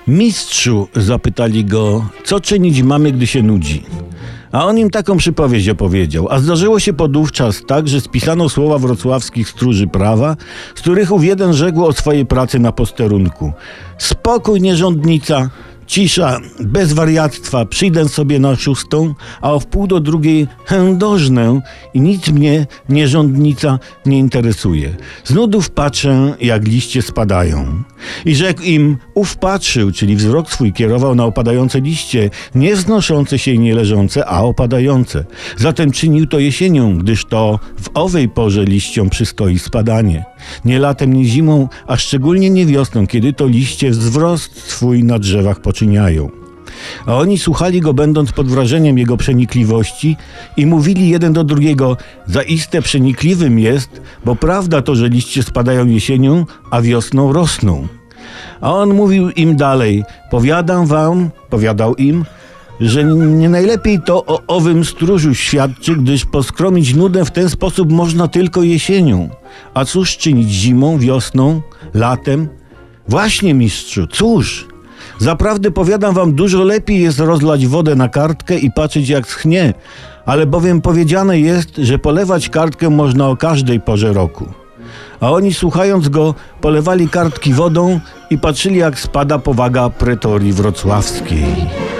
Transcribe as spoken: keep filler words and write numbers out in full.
Mistrzu, zapytali go, co czynić mamy, gdy się nudzi? A on im taką przypowieść opowiedział. A zdarzyło się podówczas tak, że spisano słowa wrocławskich stróży prawa, z których ów jeden rzekł o swojej pracy na posterunku. Spokój, nierządnica, cisza, bez wariactwa, przyjdę sobie na szóstą, a o wpół do drugiej chędożnę i nic mnie, nierządnica, nie interesuje. Z nudów patrzę, jak liście spadają. I rzekł im, ów patrzył, czyli wzrok swój kierował na opadające liście, nie wznoszące się i nie leżące, a opadające. Zatem czynił to jesienią, gdyż to w owej porze liściom przystoi spadanie. Nie latem, nie zimą, a szczególnie nie wiosną, kiedy to liście wzrost swój na drzewach poczyniają. A oni słuchali go, będąc pod wrażeniem jego przenikliwości i mówili jeden do drugiego, zaiste przenikliwym jest, bo prawda to, że liście spadają jesienią, a wiosną rosną. A on mówił im dalej, powiadam wam, powiadał im, że nie najlepiej to o owym stróżu świadczy, gdyż poskromić nudę w ten sposób można tylko jesienią. A cóż czynić zimą, wiosną, latem? Właśnie, mistrzu, cóż? Zaprawdę powiadam wam, dużo lepiej jest rozlać wodę na kartkę i patrzeć jak schnie, ale bowiem powiedziane jest, że polewać kartkę można o każdej porze roku. A oni, słuchając go, polewali kartki wodą i patrzyli, jak spada powaga pretorii wrocławskiej.